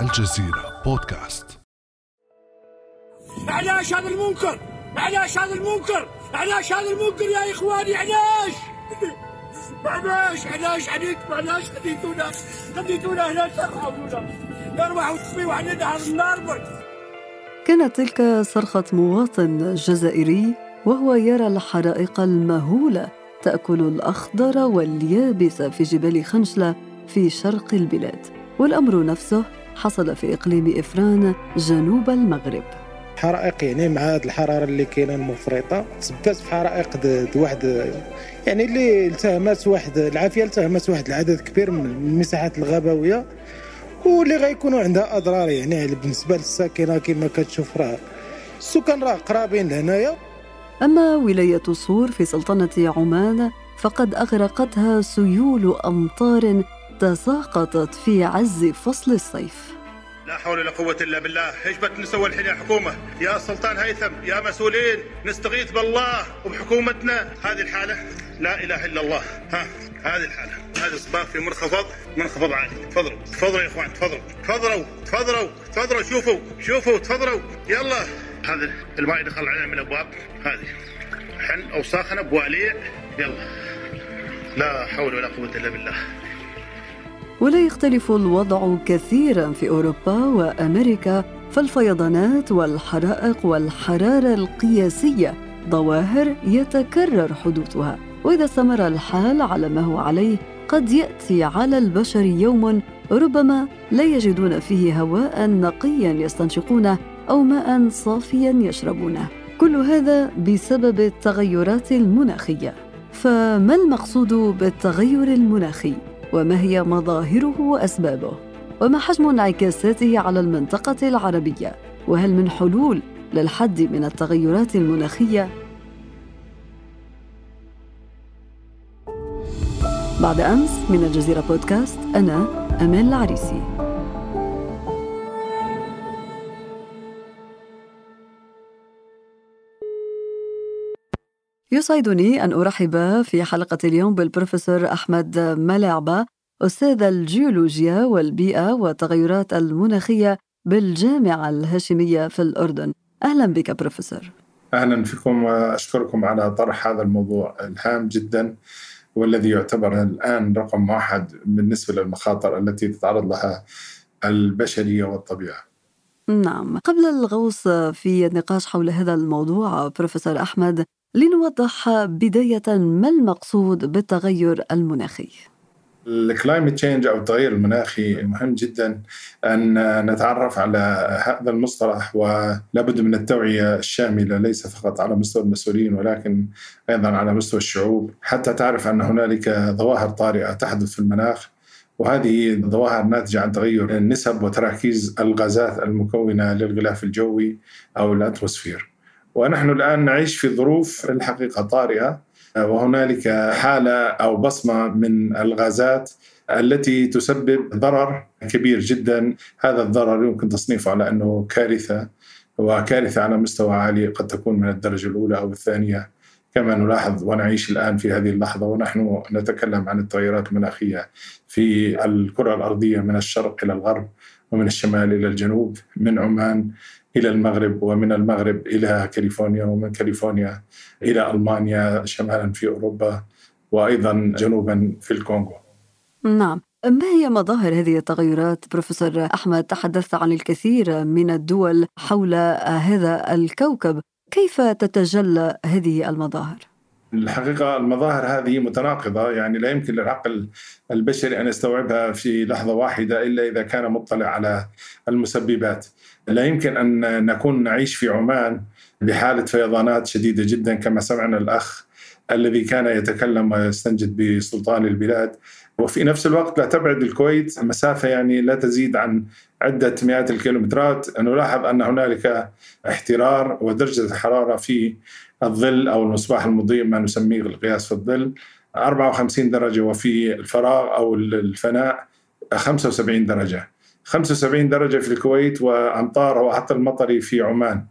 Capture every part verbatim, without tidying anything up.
الجزيرة بودكاست. علاش هذا المنكر؟ علاش هذا المنكر؟ علاش هذا المنكر يا إخواني؟ علاش؟ علاش علاش عليك علاش خليتونا خليتونا هنا ترحمونا نروح وتسميوا على نهر النار. كانت تلك صرخة مواطن جزائري وهو يرى الحرائق المهولة تأكل الأخضر واليابس في جبال خنشلة في شرق البلاد، والأمر نفسه حصل في إقليم إفران جنوب المغرب. حرائق يعني مع هذه الحرارة اللي كاينه المفرطة تسببت في حرائق د واحد يعني اللي التهمت واحد العافية التهمت واحد العدد كبير من المساحات الغابوية واللي غيكونوا عندها أضرار يعني بالنسبة للساكنة. كما كتشوف راه السكان راه قرابين لهنايا. أما ولاية صور في سلطنة عمان فقد أغرقتها سيول أمطار تساقطت في عز فصل الصيف. لا حول ولا قوة إلا بالله. إيش بك نسوي الحين يا حكومة؟ يا سلطان هيثم، يا مسؤولين، نستغيث بالله وبحكومتنا. هذه الحالة لا إله إلا الله. ها هذه الحالة، هذا صباح في منخفض منخفض عالي. تفضلوا تفضلوا يا إخوان، تفضلوا تفضلوا تفضلوا تفضلوا شوفوا شوفوا تفضلوا. يلا هذا الماء يدخل علينا من الأبواب هذه حن أو ساخنة بواليع. يلا لا حول ولا قوة إلا بالله. ولا يختلف الوضع كثيرا في أوروبا وأمريكا، فالفيضانات والحرائق والحرارة القياسية ظواهر يتكرر حدوثها، وإذا استمر الحال على ما هو عليه قد يأتي على البشر يوم ربما لا يجدون فيه هواء نقيا يستنشقونه أو ماء صافيا يشربونه. كل هذا بسبب التغيرات المناخية. فما المقصود بالتغير المناخي؟ وما هي مظاهره وأسبابه؟ وما حجم انعكاساته على المنطقة العربية؟ وهل من حلول للحد من التغيرات المناخية؟ بعد أمس من الجزيرة بودكاست، أنا أمال العريسي. يسعدني أن أرحب في حلقة اليوم بالبروفيسور أحمد ملاعبة، أستاذ الجيولوجيا والبيئة والتغيرات المناخية بالجامعة الهاشمية في الأردن. أهلا بك بروفيسور. أهلا بكم وأشكركم على طرح هذا الموضوع الهام جدا والذي يعتبر الآن رقم واحد بالنسبة للمخاطر التي تتعرض لها البشرية والطبيعة. نعم، قبل الغوص في النقاش حول هذا الموضوع بروفيسور أحمد، لنوضح بداية ما المقصود بالتغير المناخي؟ الكلايمت تشينج أو التغير المناخي مهم جدا أن نتعرف على هذا المصطلح، ولابد من التوعية الشاملة ليس فقط على مستوى المسؤولين ولكن أيضا على مستوى الشعوب، حتى تعرف أن هنالك ظواهر طارئة تحدث في المناخ، وهذه الظواهر ناتجة عن تغير نسب وتراكيز الغازات المكونة للغلاف الجوي أو الأتموسفير. ونحن الآن نعيش في ظروف الحقيقة طارئة، وهنالك حالة أو بصمة من الغازات التي تسبب ضرر كبير جدا. هذا الضرر يمكن تصنيفه على أنه كارثة، وكارثة على مستوى عالي قد تكون من الدرجة الأولى أو الثانية، كما نلاحظ ونعيش الآن في هذه اللحظة ونحن نتكلم عن التغيرات المناخية في الكرة الأرضية من الشرق إلى الغرب ومن الشمال إلى الجنوب، من عمان إلى المغرب ومن المغرب إلى كاليفورنيا ومن كاليفورنيا إلى ألمانيا شمالا في أوروبا وأيضا جنوبا في الكونغو. نعم، ما هي مظاهر هذه التغيرات بروفيسور أحمد؟ تحدثت عن الكثير من الدول حول هذا الكوكب، كيف تتجلى هذه المظاهر؟ الحقيقة المظاهر هذه متناقضة، يعني لا يمكن للعقل البشري أن يستوعبها في لحظة واحدة إلا إذا كان مطلع على المسببات. لا يمكن أن نكون نعيش في عمان بحالة فيضانات شديدة جدا كما سمعنا الأخ الذي كان يتكلم ويستنجد بسلطان البلاد، وفي نفس الوقت لا تبعد الكويت مسافة يعني لا تزيد عن عدة مئات الكيلومترات. نلاحظ أن هنالك احترار ودرجة الحرارة في الظل أو المصباح المضيء، ما نسميه القياس في الظل، أربعة وخمسين درجة، وفي الفراغ أو الفناء خمسة وسبعين درجة. خمسة وسبعين درجة في الكويت، وأمطار وحتى المطري في عمان.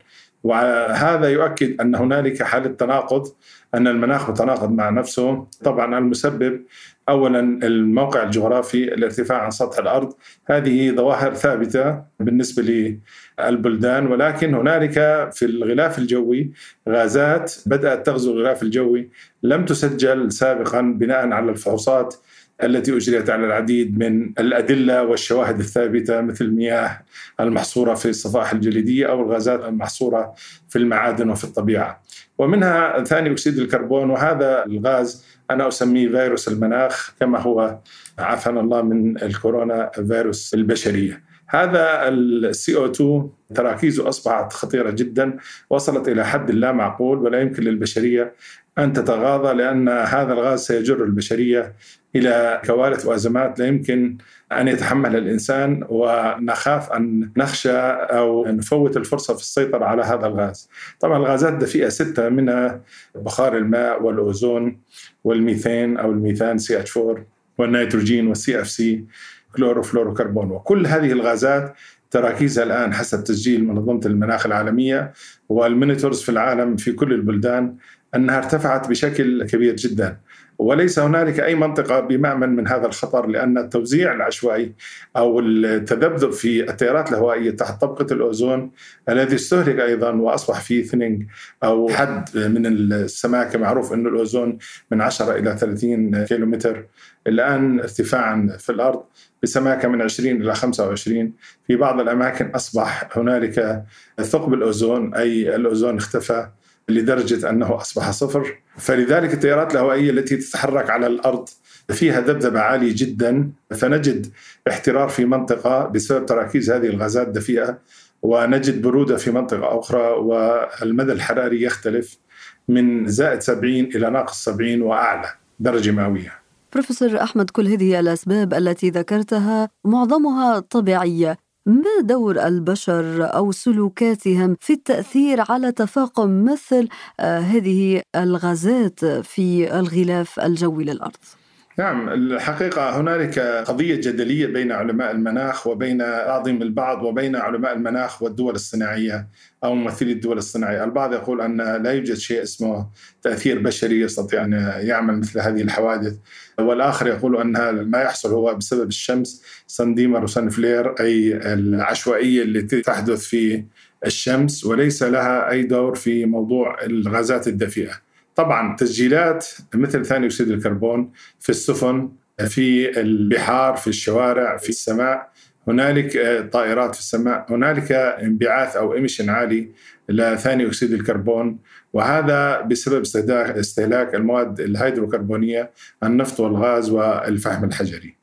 وهذا يؤكد أن هنالك حالة تناقض، أن المناخ متناقض مع نفسه. طبعا المسبب أولا الموقع الجغرافي، الارتفاع عن سطح الأرض، هذه ظواهر ثابتة بالنسبة للبلدان، ولكن هنالك في الغلاف الجوي غازات بدأت تغزو الغلاف الجوي لم تسجل سابقا بناء على الفحوصات التي أجريت على العديد من الأدلة والشواهد الثابتة، مثل المياه المحصورة في الصفائح الجليدية أو الغازات المحصورة في المعادن وفي الطبيعة. ومنها ثاني أكسيد الكربون، وهذا الغاز أنا أسميه فيروس المناخ، كما هو عافانا الله من الكورونا فيروس البشرية. هذا ال سي أو اثنين تراكيزه أصبحت خطيرة جدا، وصلت إلى حد لا معقول، ولا يمكن للبشرية أن تتغاضى، لأن هذا الغاز سيجر البشرية إلى كوارث وأزمات لا يمكن أن يتحمل الإنسان، ونخاف أن نخشى أو نفوت الفرصة في السيطرة على هذا الغاز. طبعا الغازات دفيئة ستة، منها بخار الماء والأوزون والميثان أو الميثان سي إتش أربعة والنيتروجين والسي إف سي كلوروفلوروكربون، وكل هذه الغازات تراكيزها الآن حسب تسجيل منظمة المناخ العالمية والمونيتورز في العالم في كل البلدان أنها ارتفعت بشكل كبير جدا، وليس هنالك أي منطقة بمأمن من هذا الخطر، لأن التوزيع العشوائي أو التذبذب في التيارات الهوائية تحت طبقة الأوزون الذي استهلك أيضا وأصبح فيه ثينينج أو حد من السماكة. معروف أن الأوزون من عشرة إلى ثلاثين كيلومتر، الآن ارتفاعا في الأرض بسماكة من عشرين إلى خمسة وعشرين. في بعض الأماكن أصبح هنالك ثقب الأوزون، أي الأوزون اختفى لدرجة أنه أصبح صفر. فلذلك التيارات الهوائية التي تتحرك على الأرض فيها ذبذبة عالي جدا، فنجد احترار في منطقة بسبب تراكيز هذه الغازات الدفيئة، ونجد برودة في منطقة أخرى، والمدى الحراري يختلف من زائد سبعين إلى ناقص سبعين وأعلى درجة مئوية. بروفيسور أحمد، كل هذه الأسباب التي ذكرتها معظمها طبيعية، ما دور البشر أو سلوكاتهم في التأثير على تفاقم مثل آه هذه الغازات في الغلاف الجوي للأرض؟ نعم، الحقيقة هنالك قضية جدلية بين علماء المناخ وبين بعضهم البعض وبين علماء المناخ والدول الصناعية أو ممثلي الدول الصناعية. البعض يقول أن لا يوجد شيء اسمه تأثير بشري يستطيع أن يعمل مثل هذه الحوادث، والآخر يقول أن ما يحصل هو بسبب الشمس، سان ديمر وسان فلير، أي العشوائية التي تحدث في الشمس، وليس لها أي دور في موضوع الغازات الدفيئة. طبعا تسجيلات مثل ثاني أكسيد الكربون في السفن، في البحار، في الشوارع، في السماء، هنالك طائرات في السماء، هنالك انبعاث أو إميشن عالي لثاني أكسيد الكربون، وهذا بسبب استهلاك المواد الهيدروكربونية، النفط والغاز والفحم الحجري.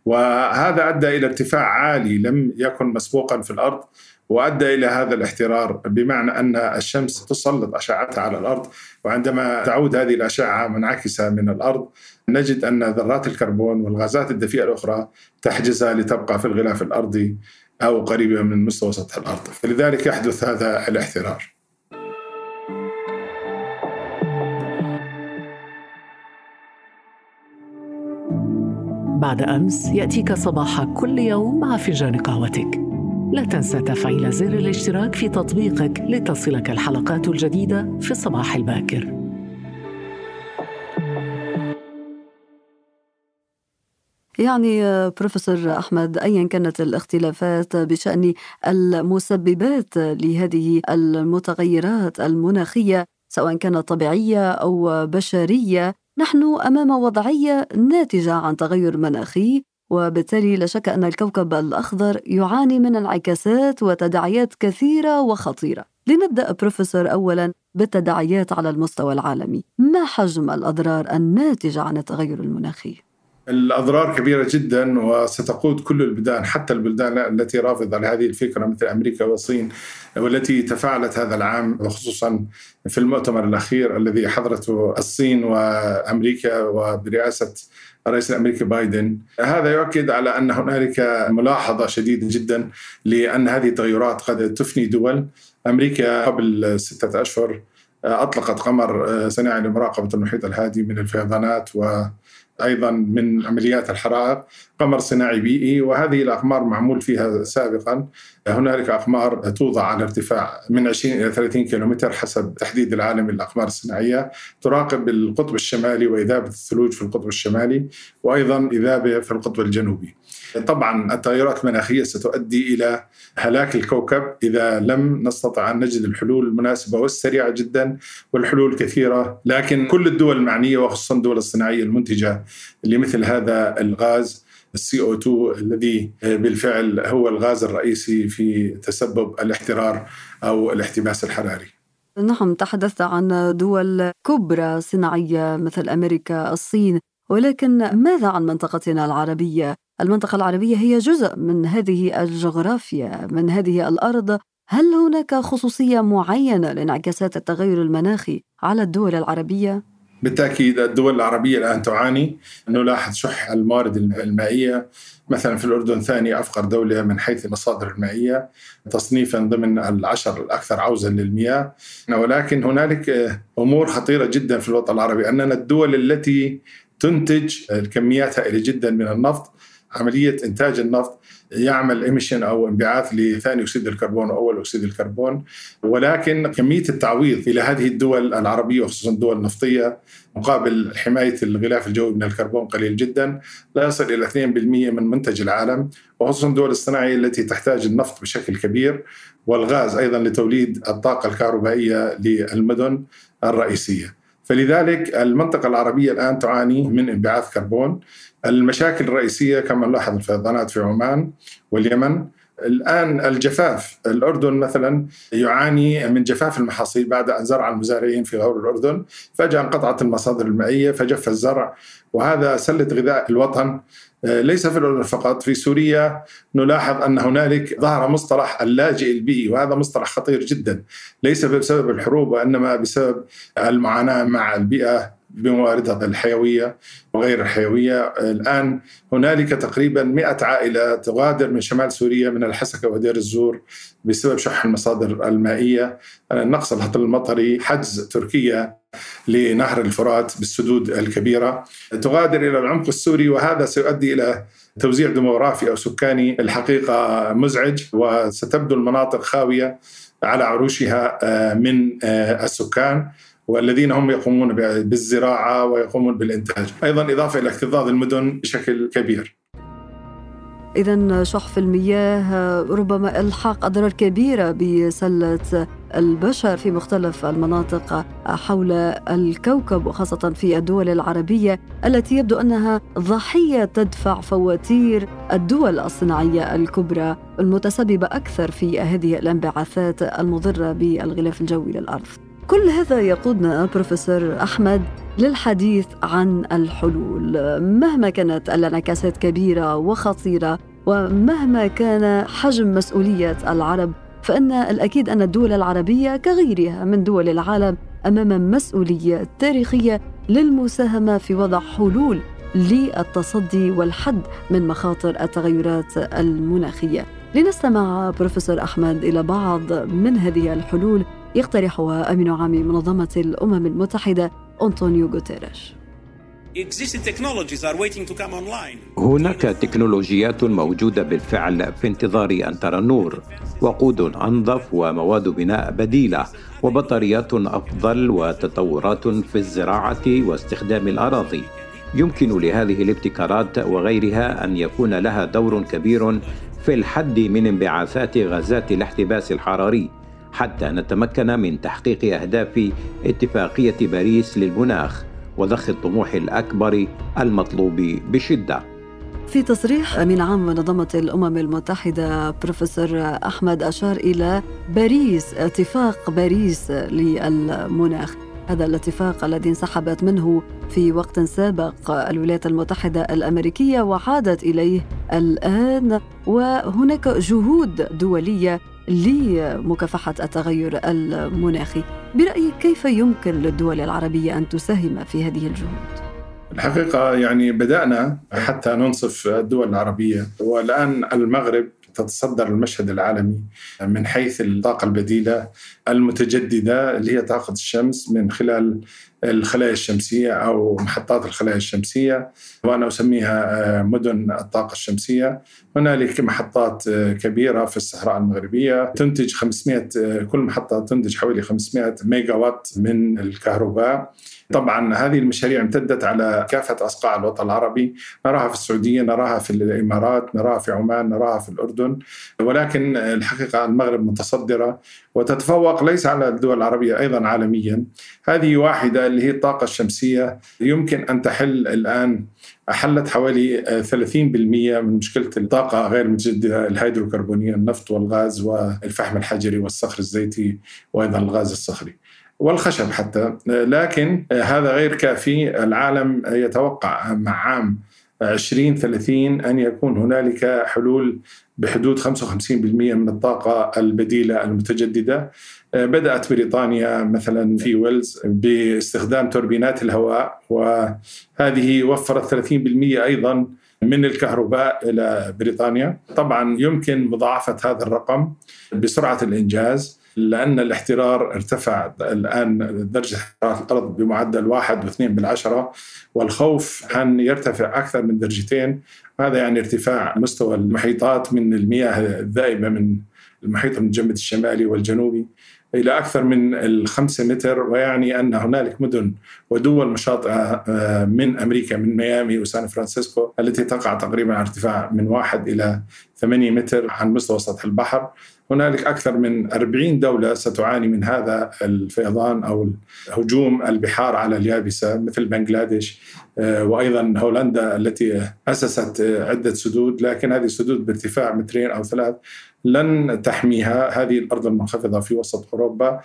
وهذا أدى إلى ارتفاع عالي لم يكن مسبوقا في الأرض، وأدى إلى هذا الاحترار، بمعنى أن الشمس تسلط أشعتها على الأرض، وعندما تعود هذه الأشعة منعكسة من الأرض نجد أن ذرات الكربون والغازات الدفيئة الأخرى تحجزها لتبقى في الغلاف الأرضي أو قريبة من مستوى سطح الأرض، فلذلك يحدث هذا الاحترار. بعد أمس يأتيك صباح كل يوم مع فنجان قهوتك. لا تنسى تفعيل زر الاشتراك في تطبيقك لتصلك الحلقات الجديدة في الصباح الباكر. يعني بروفيسور أحمد، أيا كانت الاختلافات بشأن المسببات لهذه المتغيرات المناخية سواء كانت طبيعية أو بشرية، نحن أمام وضعية ناتجة عن تغير مناخي، وبالتالي لا شك أن الكوكب الأخضر يعاني من انعكاسات وتداعيات كثيرة وخطيرة. لنبدأ بروفيسور أولا بالتداعيات على المستوى العالمي، ما حجم الأضرار الناتجة عن التغير المناخي؟ الأضرار كبيرة جدا، وستقود كل البلدان، حتى البلدان التي رافضة لهذه الفكرة مثل أمريكا والصين، والتي تفاعلت هذا العام، وخصوصا في المؤتمر الأخير الذي حضرته الصين وأمريكا وبرئاسة الرئيس الأمريكي بايدن. هذا يؤكد على أن هنالك ملاحظة شديدة جدا لأن هذه التغيرات قد تفني دول. أمريكا قبل ستة أشهر أطلقت قمر صناعي لمراقبة المحيط الهادي من الفيضانات أيضا من عمليات الحرائق قمر صناعي بيئي، وهذه الأقمار معمول فيها سابقا. هنالك أقمار توضع على ارتفاع من عشرين إلى ثلاثين كيلومتر حسب تحديد العالم للأقمار الصناعية، تراقب القطب الشمالي وإذابة الثلوج في القطب الشمالي، وأيضا إذابة في القطب الجنوبي. طبعا التغيرات المناخية ستؤدي إلى هلاك الكوكب إذا لم نستطع أن نجد الحلول المناسبة والسريعة جدا، والحلول كثيرة، لكن كل الدول المعنية وخصوصا الدول الصناعية المنتجة لمثل هذا الغاز السي أو اثنين الذي بالفعل هو الغاز الرئيسي في تسبب الاحترار أو الاحتباس الحراري. نعم، تحدثت عن دول كبرى صناعية مثل أمريكا، الصين، ولكن ماذا عن منطقتنا العربية؟ المنطقة العربية هي جزء من هذه الجغرافيا، من هذه الأرض. هل هناك خصوصية معينة لانعكاسات التغير المناخي على الدول العربية؟ بالتأكيد الدول العربية الآن تعاني. نلاحظ شح الموارد المائية، مثلا في الأردن ثاني أفقر دولة من حيث المصادر المائية تصنيفا ضمن العشر الأكثر عوزا للمياه، ولكن هنالك أمور خطيرة جدا في الوطن العربي، أننا الدول التي تنتج الكميات هائلة جدا من النفط، عملية إنتاج النفط يعمل إميشن أو انبعاث لثاني أكسيد الكربون وأول أكسيد الكربون، ولكن كمية التعويض إلى هذه الدول العربية وخصوصا الدول النفطية مقابل حماية الغلاف الجوي من الكربون قليل جدا، لا يصل إلى اثنين بالمئة من منتج العالم، وخصوصا الدول الصناعية التي تحتاج النفط بشكل كبير والغاز أيضا لتوليد الطاقة الكهربائية للمدن الرئيسية. فلذلك المنطقة العربية الآن تعاني من انبعاث كربون. المشاكل الرئيسية كما نلاحظ الفيضانات في عمان واليمن. الآن الجفاف، الأردن مثلا يعاني من جفاف المحاصيل بعد أن زرع المزارعين في غور الأردن، فجأة انقطعت المصادر المائية فجف الزرع، وهذا سلة غذاء الوطن. ليس في الأردن فقط، في سوريا نلاحظ أن هنالك ظهر مصطلح اللاجئ البيئي، وهذا مصطلح خطير جدا، ليس بسبب الحروب وإنما بسبب المعاناة مع البيئة بمواردها الحيوية وغير الحيوية. الآن هنالك تقريبا مئة عائلة تغادر من شمال سوريا من الحسكة ودير الزور بسبب شح المصادر المائية، نقص الهطل المطري، حجز تركيا لنهر الفرات بالسدود الكبيرة، تغادر إلى العمق السوري، وهذا سيؤدي إلى توزيع ديموغرافي أو سكاني الحقيقة مزعج، وستبدو المناطق خاوية على عروشها من السكان والذين هم يقومون بالزراعة ويقومون بالإنتاج، أيضا إضافة إلى اكتظاظ المدن بشكل كبير. إذن شح المياه ربما إلحاق أضرار كبيرة بسلة البشر في مختلف المناطق حول الكوكب، وخاصة في الدول العربية التي يبدو أنها ضحية تدفع فواتير الدول الصناعية الكبرى المتسببة أكثر في هذه الانبعاثات المضرة بالغلاف الجوي للأرض. كل هذا يقودنا بروفيسور أحمد للحديث عن الحلول. مهما كانت الانعكاسات كبيرة وخطيرة ومهما كان حجم مسؤولية العرب، فإن الأكيد أن الدول العربية كغيرها من دول العالم أمام مسؤولية تاريخية للمساهمة في وضع حلول للتصدي والحد من مخاطر التغيرات المناخية. لنستمع بروفيسور أحمد إلى بعض من هذه الحلول يقترحها أمين عام منظمة الأمم المتحدة أنطونيو غوتيريش. هناك تكنولوجيات موجودة بالفعل في انتظار أن ترى النور، وقود أنظف ومواد بناء بديلة وبطاريات أفضل وتطورات في الزراعة واستخدام الأراضي. يمكن لهذه الابتكارات وغيرها أن يكون لها دور كبير في الحد من انبعاثات غازات الاحتباس الحراري، حتى نتمكن من تحقيق أهداف اتفاقية باريس للمناخ وضخ الطموح الأكبر المطلوب بشدة. في تصريح أمين عام منظمة الأمم المتحدة بروفيسور أحمد أشار إلى باريس، اتفاق باريس للمناخ. هذا الاتفاق الذي انسحبت منه في وقت سابق الولايات المتحدة الأمريكية وعادت إليه الآن، وهناك جهود دولية لمكافحة التغير المناخي. برأيك كيف يمكن للدول العربية أن تساهم في هذه الجهود؟ الحقيقة يعني بدأنا حتى ننصف الدول العربية، والآن المغرب تتصدر المشهد العالمي من حيث الطاقة البديلة المتجددة اللي هي طاقة الشمس من خلال الخلايا الشمسية أو محطات الخلايا الشمسية، وأنا أسميها مدن الطاقة الشمسية. هنالك محطات كبيرة في الصحراء المغربية تنتج خمسمائة، كل محطة تنتج حوالي خمسمائة ميجا وات من الكهرباء. طبعا هذه المشاريع امتدت على كافة أصقاع الوطن العربي، نراها في السعودية، نراها في الإمارات، نراها في عمان، نراها في الأردن، ولكن الحقيقة المغرب متصدرة وتتفوق ليس على الدول العربية، أيضا عالميا. هذه واحدة اللي هي الطاقة الشمسية يمكن أن تحل الآن، أحلت حوالي ثلاثين بالمئة من مشكلة الطاقة غير المتجددة الهيدروكربونية، النفط والغاز والفحم الحجري والصخر الزيتي وأيضا الغاز الصخري والخشب حتى. لكن هذا غير كافي. العالم يتوقع مع عام عشرين ثلاثين أن يكون هنالك حلول بحدود خمسة وخمسين بالمئة من الطاقة البديلة المتجددة. بدأت بريطانيا مثلا في ويلز باستخدام توربينات الهواء، وهذه وفرت ثلاثين بالمئة أيضا من الكهرباء إلى بريطانيا. طبعا يمكن مضاعفة هذا الرقم بسرعة الإنجاز، لأن الاحترار ارتفع الآن درجة حرارة الأرض بمعدل واحد واثنين بالعشرة، والخوف أن يرتفع أكثر من درجتين. هذا يعني ارتفاع مستوى المحيطات من المياه الذائبة من المحيط المتجمد الشمالي والجنوبي إلى أكثر من الخمسة متر، ويعني أن هنالك مدن ودول مشاطئة من أمريكا، من ميامي وسان فرانسيسكو، التي تقع تقريبا على ارتفاع من واحد إلى ثمانية متر عن مستوى سطح البحر. هنالك أكثر من أربعين دولة ستعاني من هذا الفيضان أو هجوم البحار على اليابسة، مثل بنغلاديش وأيضا هولندا التي أسست عدة سدود، لكن هذه السدود بارتفاع مترين أو ثلاث لن تحميها هذه الأرض المنخفضة في وسط أوروبا.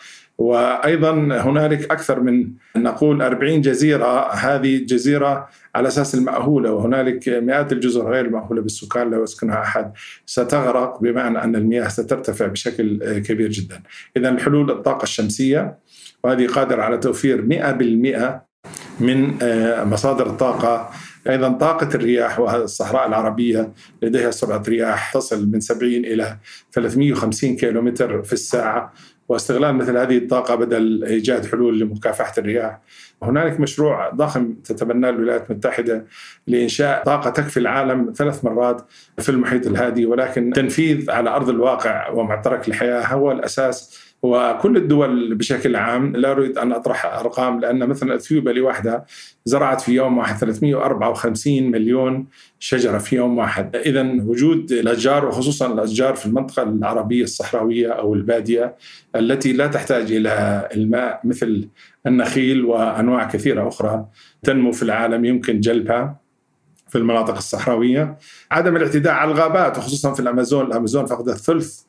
وأيضا هنالك أكثر من نقول أربعين جزيرة، هذه جزيرة على أساس المأهولة، وهنالك مئات الجزر غير المأهولة بالسكان لا يسكنها أحد ستغرق، بمعنى أن المياه سترتفع بشكل كبير جدا. إذن الحلول الطاقة الشمسية، وهذه قادرة على توفير مئة بالمئة من مصادر الطاقة. أيضا طاقة الرياح، والصحراء العربية لديها سرعة رياح تصل من سبعين إلى ثلاثمئة وخمسين كيلومتر في الساعة، واستغلال مثل هذه الطاقة بدل إيجاد حلول لمكافحة الرياح. هنالك مشروع ضخم تتبناه الولايات المتحدة لإنشاء طاقة تكفي العالم ثلاث مرات في المحيط الهادي، ولكن تنفيذ على أرض الواقع ومعترك الحياة هو الأساس. وكل الدول بشكل عام، لا أريد أن أطرح أرقام، لأن مثلا أثيوبيا لوحدها زرعت في يوم واحد ثلاثمئة وأربعة وخمسين مليون شجرة في يوم واحد. إذن وجود الأشجار، وخصوصا الأشجار في المنطقة العربية الصحراوية أو البادية التي لا تحتاج إلى الماء، مثل النخيل وأنواع كثيرة أخرى تنمو في العالم يمكن جلبها في المناطق الصحراوية. عدم الاعتداء على الغابات، وخصوصا في الأمازون. الأمازون فقدت ثلث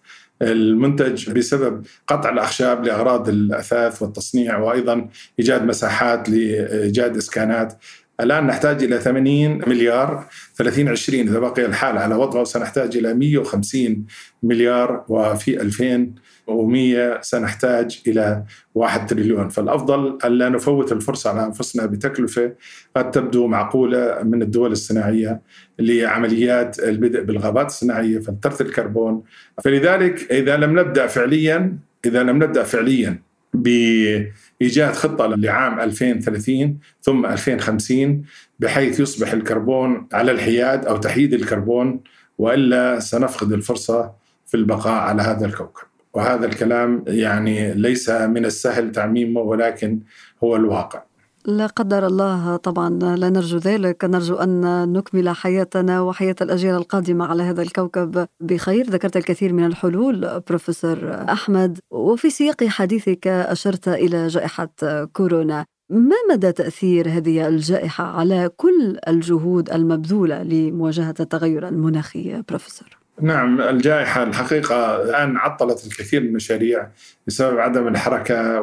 المنتج بسبب قطع الأخشاب لأغراض الأثاث والتصنيع، وأيضا إيجاد مساحات لإيجاد إسكانات. الآن نحتاج إلى ثمانين مليار، ثلاثين عشرين إذا بقي الحال على وضعه سنحتاج إلى مئة وخمسين مليار، وفي ألفين ومئة سنحتاج إلى واحد تريليون. فالأفضل ألا نفوت الفرصة على أنفسنا بتكلفة قد تبدو معقولة من الدول الصناعية لعمليات البدء بالغابات الصناعية فلترة الكربون. فلذلك إذا لم نبدأ فعليا إذا لم نبدأ فعليا بإيجاد خطة لعام ألفين وثلاثين ثم ألفين وخمسين بحيث يصبح الكربون على الحياد أو تحييد الكربون، وإلا سنفقد الفرصة في البقاء على هذا الكوكب. وهذا الكلام يعني ليس من السهل تعميمه، ولكن هو الواقع. لا قدر الله، طبعا لا نرجو ذلك، نرجو أن نكمل حياتنا وحياة الأجيال القادمة على هذا الكوكب بخير. ذكرت الكثير من الحلول بروفيسور أحمد، وفي سياق حديثك أشرت إلى جائحة كورونا. ما مدى تأثير هذه الجائحة على كل الجهود المبذولة لمواجهة التغير المناخي بروفيسور؟ نعم، الجائحة الحقيقة الآن عطلت الكثير من المشاريع بسبب عدم الحركة،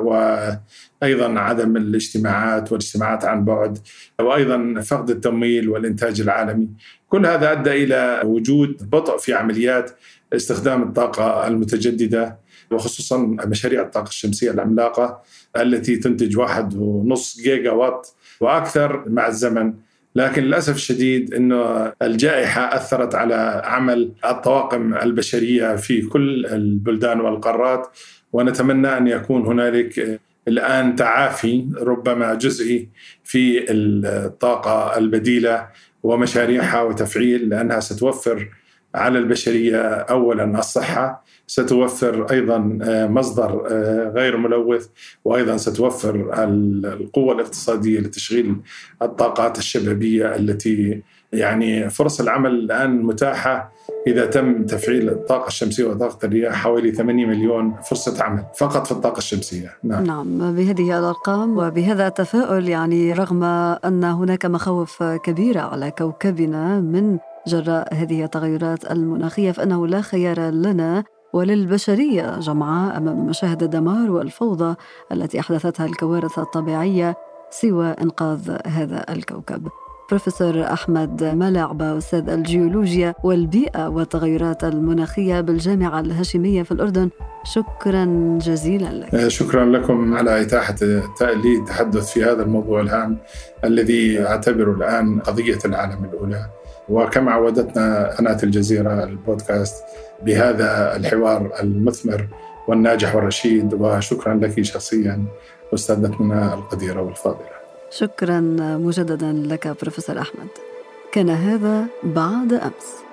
وأيضا عدم الاجتماعات والاجتماعات عن بعد، وأيضا فقد التمويل والإنتاج العالمي. كل هذا أدى إلى وجود بطء في عمليات استخدام الطاقة المتجددة، وخصوصا مشاريع الطاقة الشمسية العملاقة التي تنتج واحد ونص جيجا وات وأكثر مع الزمن. لكن للأسف الشديد أنه الجائحة أثرت على عمل الطواقم البشرية في كل البلدان والقارات، ونتمنى أن يكون هنالك الآن تعافي ربما جزئي في الطاقة البديلة ومشاريعها وتفعيل، لأنها ستوفر على البشرية أولا الصحة، ستوفر أيضا مصدر غير ملوث، وأيضا ستوفر القوة الاقتصادية لتشغيل الطاقات الشبابية التي يعني فرص العمل الآن متاحة إذا تم تفعيل الطاقة الشمسية وطاقة الرياح حوالي ثمانية مليون فرصة عمل فقط في الطاقة الشمسية. نعم. نعم، بهذه الأرقام وبهذا التفاؤل يعني رغم أن هناك مخاوف كبيرة على كوكبنا من جراء هذه التغيرات المناخية، فإنه لا خيار لنا وللبشرية جمعاء أمام مشاهد الدمار والفوضى التي أحدثتها الكوارث الطبيعية سوى إنقاذ هذا الكوكب. بروفيسور أحمد ملاعبة، أستاذ الجيولوجيا والبيئة والتغيرات المناخية بالجامعة الهاشمية في الأردن، شكرا جزيلا لك. شكرا لكم على إتاحة لي التحدث في هذا الموضوع الهام الذي أعتبره الآن قضية العالم الأولى، وكما عودتنا قناة الجزيرة البودكاست بهذا الحوار المثمر والناجح والرشيد. وشكرا لك شخصيا أستاذتنا القديرة والفاضلة. شكرا مجددا لك بروفيسور أحمد. كان هذا بعد أمس.